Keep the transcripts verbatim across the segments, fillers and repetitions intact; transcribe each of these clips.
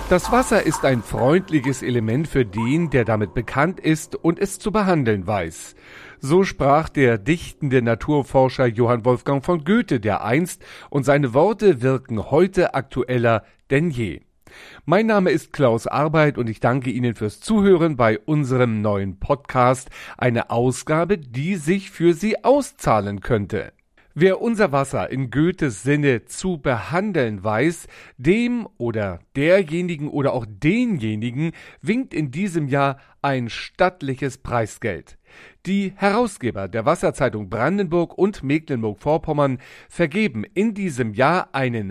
Das Wasser ist ein freundliches Element für den, der damit bekannt ist und es zu behandeln weiß. So sprach der dichtende Naturforscher Johann Wolfgang von Goethe dereinst, und seine Worte wirken heute aktueller denn je. Mein Name ist Klaus Arbeit und ich danke Ihnen fürs Zuhören bei unserem neuen Podcast, eine Ausgabe, die sich für Sie auszahlen könnte. Wer unser Wasser in Goethes Sinne zu behandeln weiß, dem oder derjenigen oder auch denjenigen winkt in diesem Jahr ein stattliches Preisgeld. Die Herausgeber der Wasserzeitung Brandenburg und Mecklenburg-Vorpommern vergeben in diesem Jahr einen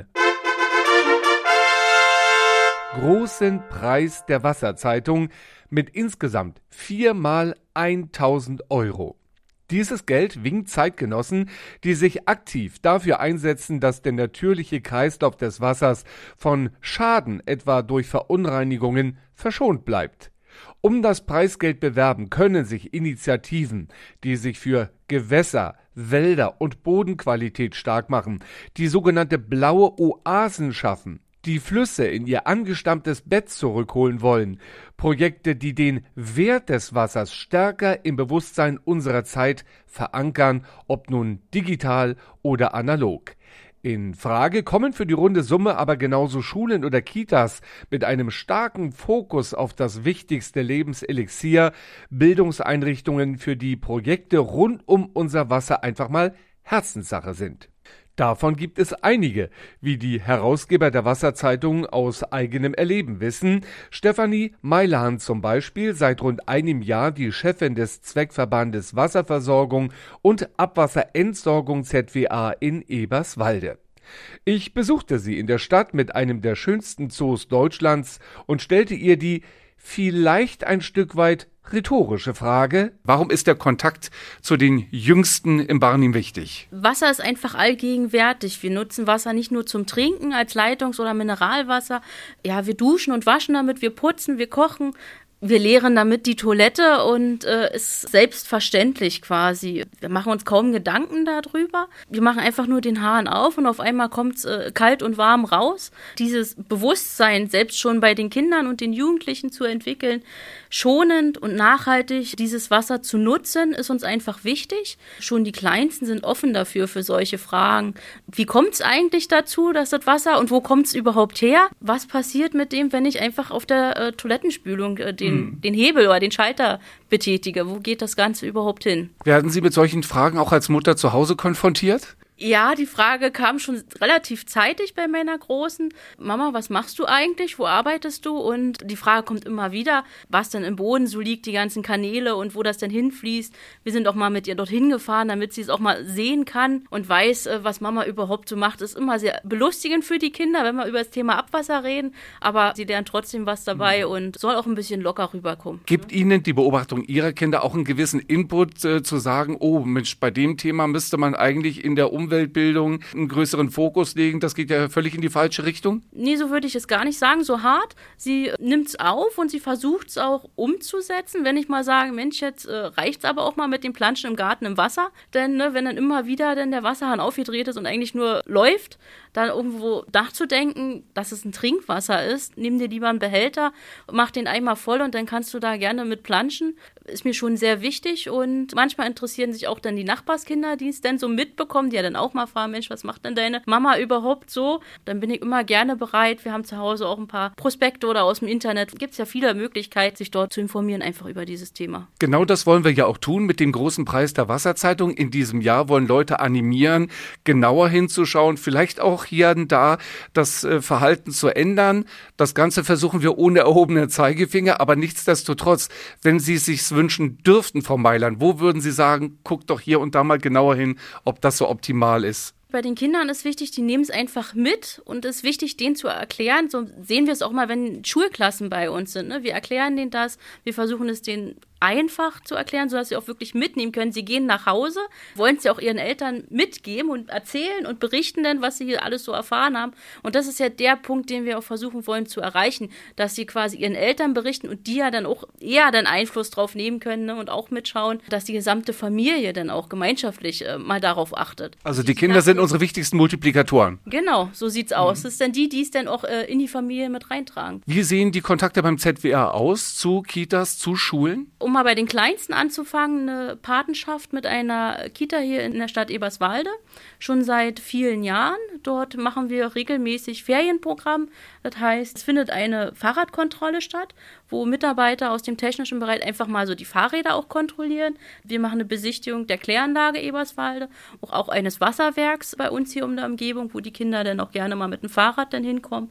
großen Preis der Wasserzeitung mit insgesamt viermal tausend Euro. Dieses Geld winkt Zeitgenossen, die sich aktiv dafür einsetzen, dass der natürliche Kreislauf des Wassers von Schaden, etwa durch Verunreinigungen, verschont bleibt. Um das Preisgeld bewerben können sich Initiativen, die sich für Gewässer, Wälder und Bodenqualität stark machen, die sogenannte blaue Oasen schaffen, die Flüsse in ihr angestammtes Bett zurückholen wollen, Projekte, die den Wert des Wassers stärker im Bewusstsein unserer Zeit verankern, ob nun digital oder analog. In Frage kommen für die runde Summe aber genauso Schulen oder Kitas mit einem starken Fokus auf das wichtigste Lebenselixier, Bildungseinrichtungen, für die Projekte rund um unser Wasser einfach mal Herzenssache sind. Davon gibt es einige, wie die Herausgeber der Wasserzeitung aus eigenem Erleben wissen. Stefanie Meiland zum Beispiel, seit rund einem Jahr die Chefin des Zweckverbandes Wasserversorgung und Abwasserentsorgung Z W A in Eberswalde. Ich besuchte sie in der Stadt mit einem der schönsten Zoos Deutschlands und stellte ihr die vielleicht ein Stück weit rhetorische Frage: Warum ist der Kontakt zu den Jüngsten im Barnim wichtig? Wasser ist einfach allgegenwärtig. Wir nutzen Wasser nicht nur zum Trinken als Leitungs- oder Mineralwasser. Ja, wir duschen und waschen damit, wir putzen, wir kochen. Wir leeren damit die Toilette und äh, ist selbstverständlich quasi. Wir machen uns kaum Gedanken darüber. Wir machen einfach nur den Hahn auf und auf einmal kommt's äh, kalt und warm raus. Dieses Bewusstsein selbst schon bei den Kindern und den Jugendlichen zu entwickeln, schonend und nachhaltig dieses Wasser zu nutzen, ist uns einfach wichtig. Schon die Kleinsten sind offen dafür, für solche Fragen. Wie kommt's eigentlich dazu, dass das Wasser, und wo kommt's überhaupt her? Was passiert mit dem, wenn ich einfach auf der äh, Toilettenspülung äh, den Den, den Hebel oder den Schalter betätige? Wo geht das Ganze überhaupt hin? Werden Sie mit solchen Fragen auch als Mutter zu Hause konfrontiert? Ja, die Frage kam schon relativ zeitig bei meiner Großen. Mama, was machst du eigentlich? Wo arbeitest du? Und die Frage kommt immer wieder, was denn im Boden so liegt, die ganzen Kanäle und wo das denn hinfließt. Wir sind auch mal mit ihr dorthin gefahren, damit sie es auch mal sehen kann und weiß, was Mama überhaupt so macht. Ist immer sehr belustigend für die Kinder, wenn wir über das Thema Abwasser reden. Aber sie lernen trotzdem was dabei mhm. und soll auch ein bisschen locker rüberkommen. Gibt Ihnen die Beobachtung Ihrer Kinder auch einen gewissen Input äh, zu sagen, oh Mensch, bei dem Thema müsste man eigentlich in der Umwelt Umweltbildung einen größeren Fokus legen, das geht ja völlig in die falsche Richtung? Nee, so würde ich es gar nicht sagen, so hart. Sie nimmt es auf und sie versucht es auch umzusetzen. Wenn ich mal sage, Mensch, jetzt äh, reicht es aber auch mal mit dem Planschen im Garten im Wasser. Denn ne, wenn dann immer wieder denn der Wasserhahn aufgedreht ist und eigentlich nur läuft, dann irgendwo nachzudenken, dass es ein Trinkwasser ist, nimm dir lieber einen Behälter, mach den Eimer voll und dann kannst du da gerne mit planschen. Ist mir schon sehr wichtig und manchmal interessieren sich auch dann die Nachbarskinder, die es dann so mitbekommen, die ja dann auch mal fragen, Mensch, was macht denn deine Mama überhaupt so? Dann bin ich immer gerne bereit. Wir haben zu Hause auch ein paar Prospekte oder aus dem Internet. Gibt es ja viele Möglichkeiten, sich dort zu informieren, einfach über dieses Thema. Genau das wollen wir ja auch tun mit dem großen Preis der Wasserzeitung. In diesem Jahr wollen Leute animieren, genauer hinzuschauen, vielleicht auch hier und da das äh, Verhalten zu ändern. Das Ganze versuchen wir ohne erhobenen Zeigefinger, aber nichtsdestotrotz, wenn Sie es sich wünschen dürften, Frau Meiland, wo würden Sie sagen, guckt doch hier und da mal genauer hin, ob das so optimal ist? Bei den Kindern ist wichtig, die nehmen es einfach mit und es ist wichtig, denen zu erklären. So sehen wir es auch mal, wenn Schulklassen bei uns sind. Ne? Wir erklären denen das, wir versuchen es denen einfach zu erklären, sodass sie auch wirklich mitnehmen können. Sie gehen nach Hause, wollen es ja auch ihren Eltern mitgeben und erzählen und berichten dann, was sie hier alles so erfahren haben. Und das ist ja der Punkt, den wir auch versuchen wollen zu erreichen, dass sie quasi ihren Eltern berichten und die ja dann auch eher dann Einfluss drauf nehmen können, ne, und auch mitschauen, dass die gesamte Familie dann auch gemeinschaftlich äh, mal darauf achtet. Also die Kinder sind unsere wichtigsten Multiplikatoren. Genau, so sieht's aus. Mhm. Das ist dann die, die es dann auch äh, in die Familie mit reintragen. Wie sehen die Kontakte beim Z W A aus zu Kitas, zu Schulen? Um mal bei den Kleinsten anzufangen, eine Patenschaft mit einer Kita hier in der Stadt Eberswalde, schon seit vielen Jahren. Dort machen wir regelmäßig Ferienprogramm. Das heißt, es findet eine Fahrradkontrolle statt, wo Mitarbeiter aus dem technischen Bereich einfach mal so die Fahrräder auch kontrollieren. Wir machen eine Besichtigung der Kläranlage Eberswalde, auch, auch eines Wasserwerks bei uns hier um der Umgebung, wo die Kinder dann auch gerne mal mit dem Fahrrad dann hinkommen.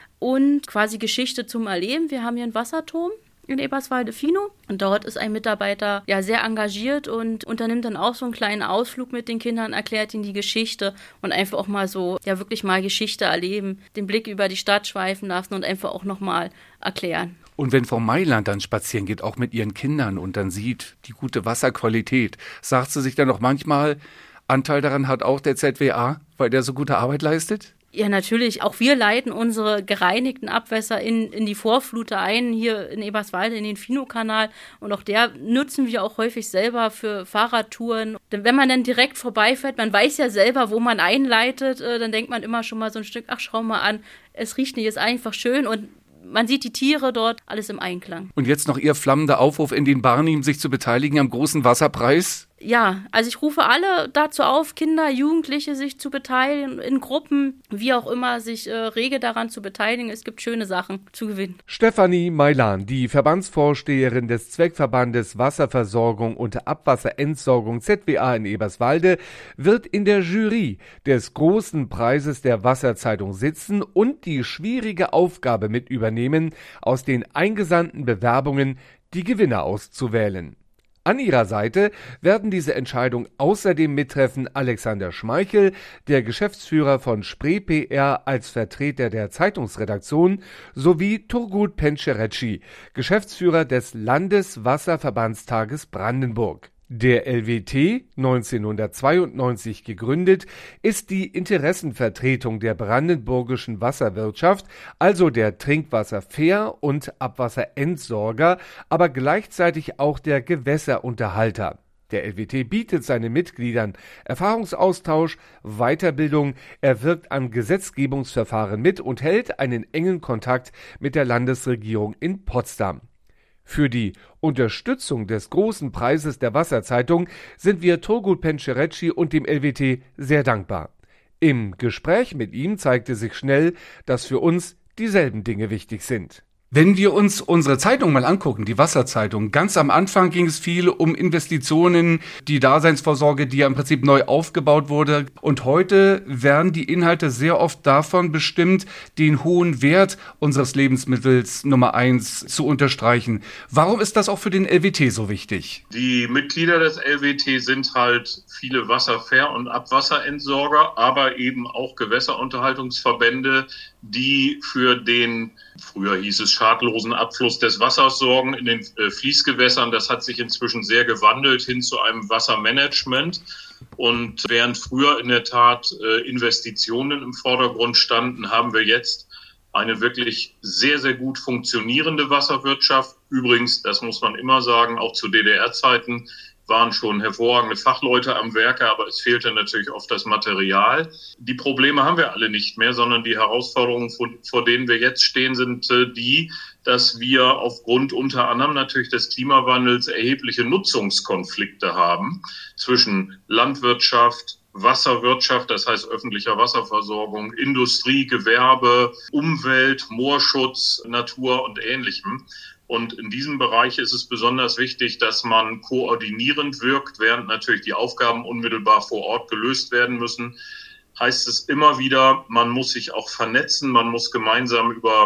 Und quasi Geschichte zum Erleben. Wir haben hier einen Wasserturm in Eberswalde-Fino. Und dort ist ein Mitarbeiter ja sehr engagiert und unternimmt dann auch so einen kleinen Ausflug mit den Kindern, erklärt ihnen die Geschichte und einfach auch mal so, ja wirklich mal Geschichte erleben, den Blick über die Stadt schweifen lassen und einfach auch nochmal erklären. Und wenn Frau Mailand dann spazieren geht, auch mit ihren Kindern und dann sieht die gute Wasserqualität, sagt sie sich dann auch manchmal, Anteil daran hat auch der Z W A, weil der so gute Arbeit leistet? Ja, natürlich. Auch wir leiten unsere gereinigten Abwässer in, in die Vorflute ein, hier in Eberswalde, in den Fino-Kanal. Und auch der nutzen wir auch häufig selber für Fahrradtouren. Denn wenn man dann direkt vorbeifährt, man weiß ja selber, wo man einleitet, äh, dann denkt man immer schon mal so ein Stück, ach, schau mal an, es riecht nicht, ist einfach schön und man sieht die Tiere dort, alles im Einklang. Und jetzt noch Ihr flammender Aufruf in den Barnim, sich zu beteiligen am großen Wasserpreis? Ja, also ich rufe alle dazu auf, Kinder, Jugendliche sich zu beteiligen, in Gruppen, wie auch immer, sich äh, rege daran zu beteiligen. Es gibt schöne Sachen zu gewinnen. Stefanie Mailan, die Verbandsvorsteherin des Zweckverbandes Wasserversorgung und Abwasserentsorgung Z W A in Eberswalde, wird in der Jury des großen Preises der Wasserzeitung sitzen und die schwierige Aufgabe mit übernehmen, aus den eingesandten Bewerbungen die Gewinner auszuwählen. An ihrer Seite werden diese Entscheidung außerdem mittreffen Alexander Schmeichel, der Geschäftsführer von Spree P R als Vertreter der Zeitungsredaktion, sowie Turgut Pencerecci, Geschäftsführer des Landeswasserverbandstages Brandenburg. Der L W T, neunzehnhundertzweiundneunzig gegründet, ist die Interessenvertretung der brandenburgischen Wasserwirtschaft, also der Trinkwasserver- und Abwasserentsorger, aber gleichzeitig auch der Gewässerunterhalter. Der L W T bietet seinen Mitgliedern Erfahrungsaustausch, Weiterbildung, er wirkt an Gesetzgebungsverfahren mit und hält einen engen Kontakt mit der Landesregierung in Potsdam. Für die Unterstützung des großen Preises der Wasserzeitung sind wir Turgut Pencerecci und dem L W T sehr dankbar. Im Gespräch mit ihm zeigte sich schnell, dass für uns dieselben Dinge wichtig sind. Wenn wir uns unsere Zeitung mal angucken, die Wasserzeitung, ganz am Anfang ging es viel um Investitionen, die Daseinsvorsorge, die ja im Prinzip neu aufgebaut wurde. Und heute werden die Inhalte sehr oft davon bestimmt, den hohen Wert unseres Lebensmittels Nummer eins zu unterstreichen. Warum ist das auch für den L W T so wichtig? Die Mitglieder des L W T sind halt viele Wasserver- und Abwasserentsorger, aber eben auch Gewässerunterhaltungsverbände, die für den, früher hieß es, schadlosen Abfluss des Wassers sorgen in den äh, Fließgewässern. Das hat sich inzwischen sehr gewandelt hin zu einem Wassermanagement. Und während früher in der Tat äh, Investitionen im Vordergrund standen, haben wir jetzt eine wirklich sehr, sehr gut funktionierende Wasserwirtschaft. Übrigens, das muss man immer sagen, auch zu D D R-Zeiten waren schon hervorragende Fachleute am Werke, aber es fehlte natürlich oft das Material. Die Probleme haben wir alle nicht mehr, sondern die Herausforderungen, vor denen wir jetzt stehen, sind die, dass wir aufgrund unter anderem natürlich des Klimawandels erhebliche Nutzungskonflikte haben zwischen Landwirtschaft, Wasserwirtschaft, das heißt öffentlicher Wasserversorgung, Industrie, Gewerbe, Umwelt, Moorschutz, Natur und Ähnlichem. Und in diesem Bereich ist es besonders wichtig, dass man koordinierend wirkt, während natürlich die Aufgaben unmittelbar vor Ort gelöst werden müssen. Heißt es immer wieder, man muss sich auch vernetzen, man muss gemeinsam über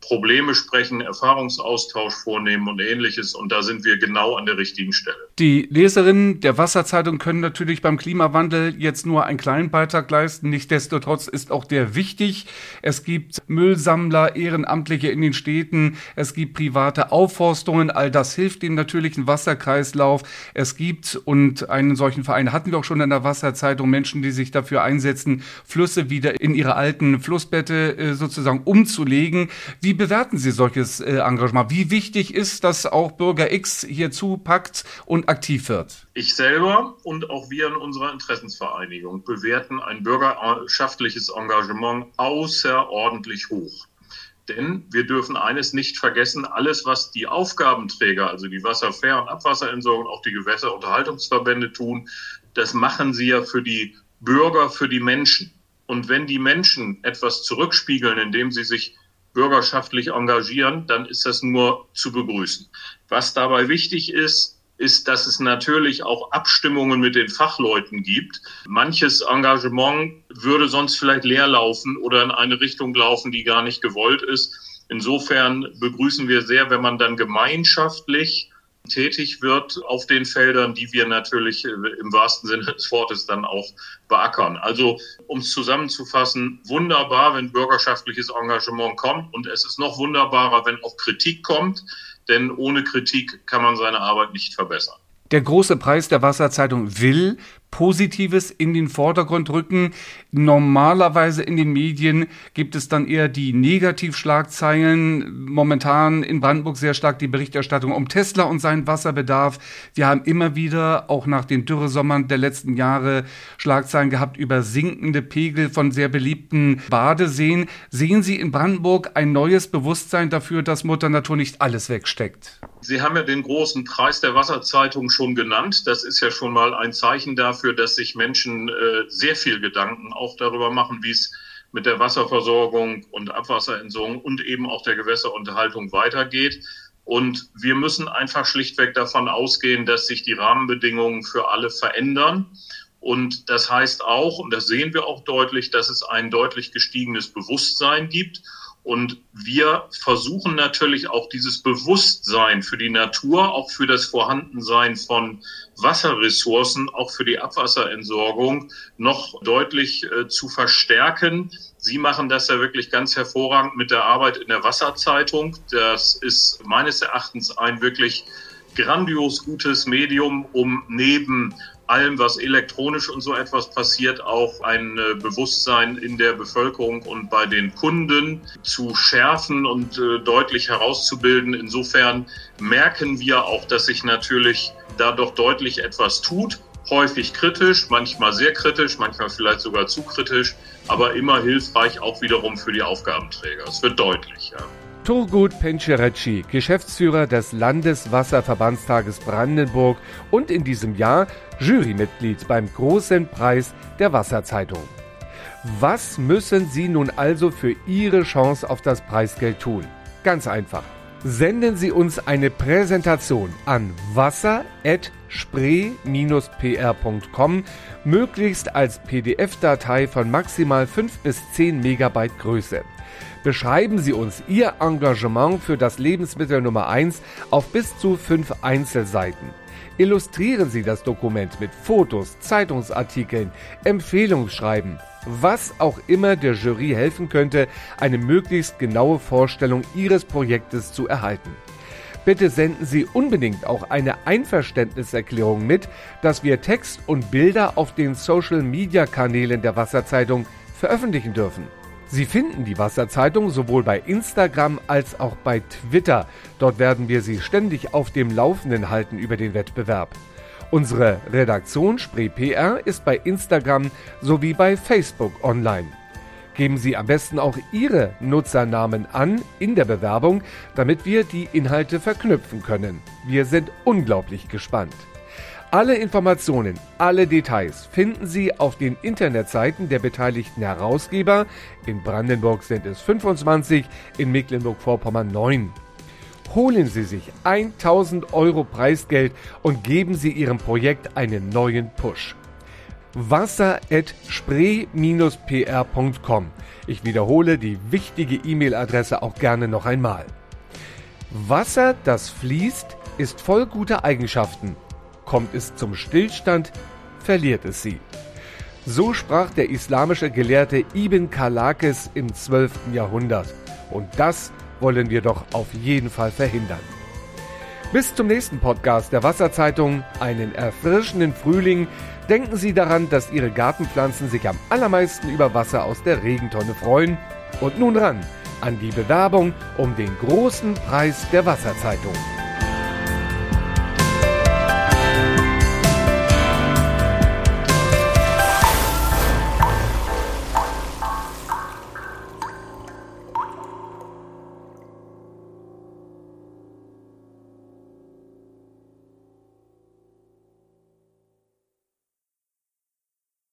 Probleme sprechen, Erfahrungsaustausch vornehmen und Ähnliches. Und da sind wir genau an der richtigen Stelle. Die Leserinnen der Wasserzeitung können natürlich beim Klimawandel jetzt nur einen kleinen Beitrag leisten. Nichtsdestotrotz ist auch der wichtig. Es gibt Müllsammler, Ehrenamtliche in den Städten. Es gibt private Aufforstungen. All das hilft dem natürlichen Wasserkreislauf. Es gibt, und einen solchen Verein hatten wir auch schon in der Wasserzeitung, Menschen, die sich dafür einsetzen, Flüsse wieder in ihre alten Flussbette äh, sozusagen umzulegen. Wie bewerten Sie solches äh, Engagement? Wie wichtig ist, dass auch Bürger X hier zupackt und aktiv wird? Ich selber und auch wir in unserer Interessensvereinigung bewerten ein bürgerschaftliches Engagement außerordentlich hoch. Denn wir dürfen eines nicht vergessen, alles, was die Aufgabenträger, also die Wasserver- und Abwasserentsorgung, auch die Gewässerunterhaltungsverbände tun, das machen sie ja für die Bürger, für die Menschen. Und wenn die Menschen etwas zurückspiegeln, indem sie sich bürgerschaftlich engagieren, dann ist das nur zu begrüßen. Was dabei wichtig ist, ist, dass es natürlich auch Abstimmungen mit den Fachleuten gibt. Manches Engagement würde sonst vielleicht leer laufen oder in eine Richtung laufen, die gar nicht gewollt ist. Insofern begrüßen wir sehr, wenn man dann gemeinschaftlich tätig wird auf den Feldern, die wir natürlich im wahrsten Sinne des Wortes dann auch beackern. Also, um es zusammenzufassen, wunderbar, wenn bürgerschaftliches Engagement kommt, und es ist noch wunderbarer, wenn auch Kritik kommt, denn ohne Kritik kann man seine Arbeit nicht verbessern. Der große Preis der Wasserzeitung will Positives in den Vordergrund rücken. Normalerweise in den Medien gibt es dann eher die Negativschlagzeilen. Momentan in Brandenburg sehr stark die Berichterstattung um Tesla und seinen Wasserbedarf. Wir haben immer wieder, auch nach den Dürresommern der letzten Jahre, Schlagzeilen gehabt über sinkende Pegel von sehr beliebten Badeseen. Sehen Sie in Brandenburg ein neues Bewusstsein dafür, dass Mutter Natur nicht alles wegsteckt? Sie haben ja den großen Preis der Wasserzeitung schon genannt. Das ist ja schon mal ein Zeichen dafür, dass sich Menschen äh, sehr viel Gedanken auch darüber machen, wie es mit der Wasserversorgung und Abwasserentsorgung und eben auch der Gewässerunterhaltung weitergeht. Und wir müssen einfach schlichtweg davon ausgehen, dass sich die Rahmenbedingungen für alle verändern. Und das heißt auch, und das sehen wir auch deutlich, dass es ein deutlich gestiegenes Bewusstsein gibt. Und wir versuchen natürlich auch dieses Bewusstsein für die Natur, auch für das Vorhandensein von Wasserressourcen, auch für die Abwasserentsorgung noch deutlich äh, zu verstärken. Sie machen das ja wirklich ganz hervorragend mit der Arbeit in der Wasserzeitung. Das ist meines Erachtens ein wirklich grandios gutes Medium, um neben allem, was elektronisch und so etwas passiert, auch ein Bewusstsein in der Bevölkerung und bei den Kunden zu schärfen und äh, deutlich herauszubilden. Insofern merken wir auch, dass sich natürlich da doch deutlich etwas tut. Häufig kritisch, manchmal sehr kritisch, manchmal vielleicht sogar zu kritisch, aber immer hilfreich auch wiederum für die Aufgabenträger. Es wird deutlich, ja. Turgut Pencerecki, Geschäftsführer des Landeswasserverbandstages Brandenburg und in diesem Jahr Jurymitglied beim Großen Preis der Wasserzeitung. Was müssen Sie nun also für Ihre Chance auf das Preisgeld tun? Ganz einfach. Senden Sie uns eine Präsentation an wasser at spree Bindestrich p r punkt com, möglichst als P D F-Datei von maximal fünf bis zehn Megabyte Größe. Beschreiben Sie uns Ihr Engagement für das Lebensmittel Nummer eins auf bis zu fünf Einzelseiten. Illustrieren Sie das Dokument mit Fotos, Zeitungsartikeln, Empfehlungsschreiben, was auch immer der Jury helfen könnte, eine möglichst genaue Vorstellung Ihres Projektes zu erhalten. Bitte senden Sie unbedingt auch eine Einverständniserklärung mit, dass wir Text und Bilder auf den Social-Media-Kanälen der Wasserzeitung veröffentlichen dürfen. Sie finden die Wasserzeitung sowohl bei Instagram als auch bei Twitter. Dort werden wir Sie ständig auf dem Laufenden halten über den Wettbewerb. Unsere Redaktion Spree P R ist bei Instagram sowie bei Facebook online. Geben Sie am besten auch Ihre Nutzernamen an in der Bewerbung, damit wir die Inhalte verknüpfen können. Wir sind unglaublich gespannt. Alle Informationen, alle Details finden Sie auf den Internetseiten der beteiligten Herausgeber. In Brandenburg sind es fünfundzwanzig, in Mecklenburg-Vorpommern neun. Holen Sie sich tausend Euro Preisgeld und geben Sie Ihrem Projekt einen neuen Push. wasser at spree Bindestrich p r punkt com. Ich wiederhole die wichtige E-Mail-Adresse auch gerne noch einmal. Wasser, das fließt, ist voll guter Eigenschaften. Kommt es zum Stillstand, verliert es sie. So sprach der islamische Gelehrte Ibn Khalakis im zwölften Jahrhundert. Und das wollen wir doch auf jeden Fall verhindern. Bis zum nächsten Podcast der Wasserzeitung. Einen erfrischenden Frühling. Denken Sie daran, dass Ihre Gartenpflanzen sich am allermeisten über Wasser aus der Regentonne freuen. Und nun ran an die Bewerbung um den großen Preis der Wasserzeitung.